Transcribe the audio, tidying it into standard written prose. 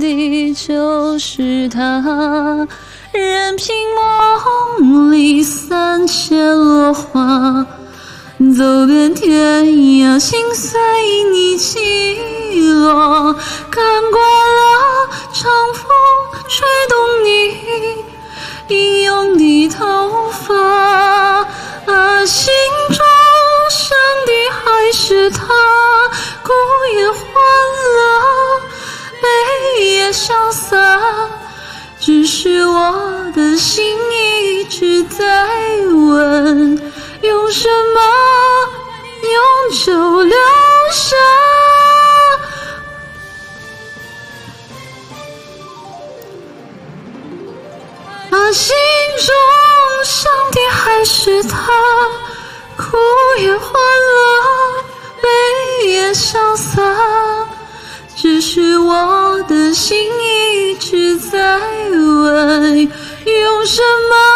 里就是他，任凭梦里3000落花，走遍天涯，心随你起落，看惯了长风吹动你英勇的头发，心中想的还是他，哭也欢乐，悲也潇洒，只是我的心一直在问，用什么永久留下？心中想的还是他，哭也欢乐，悲也潇洒，只是我的心一直在问，用什么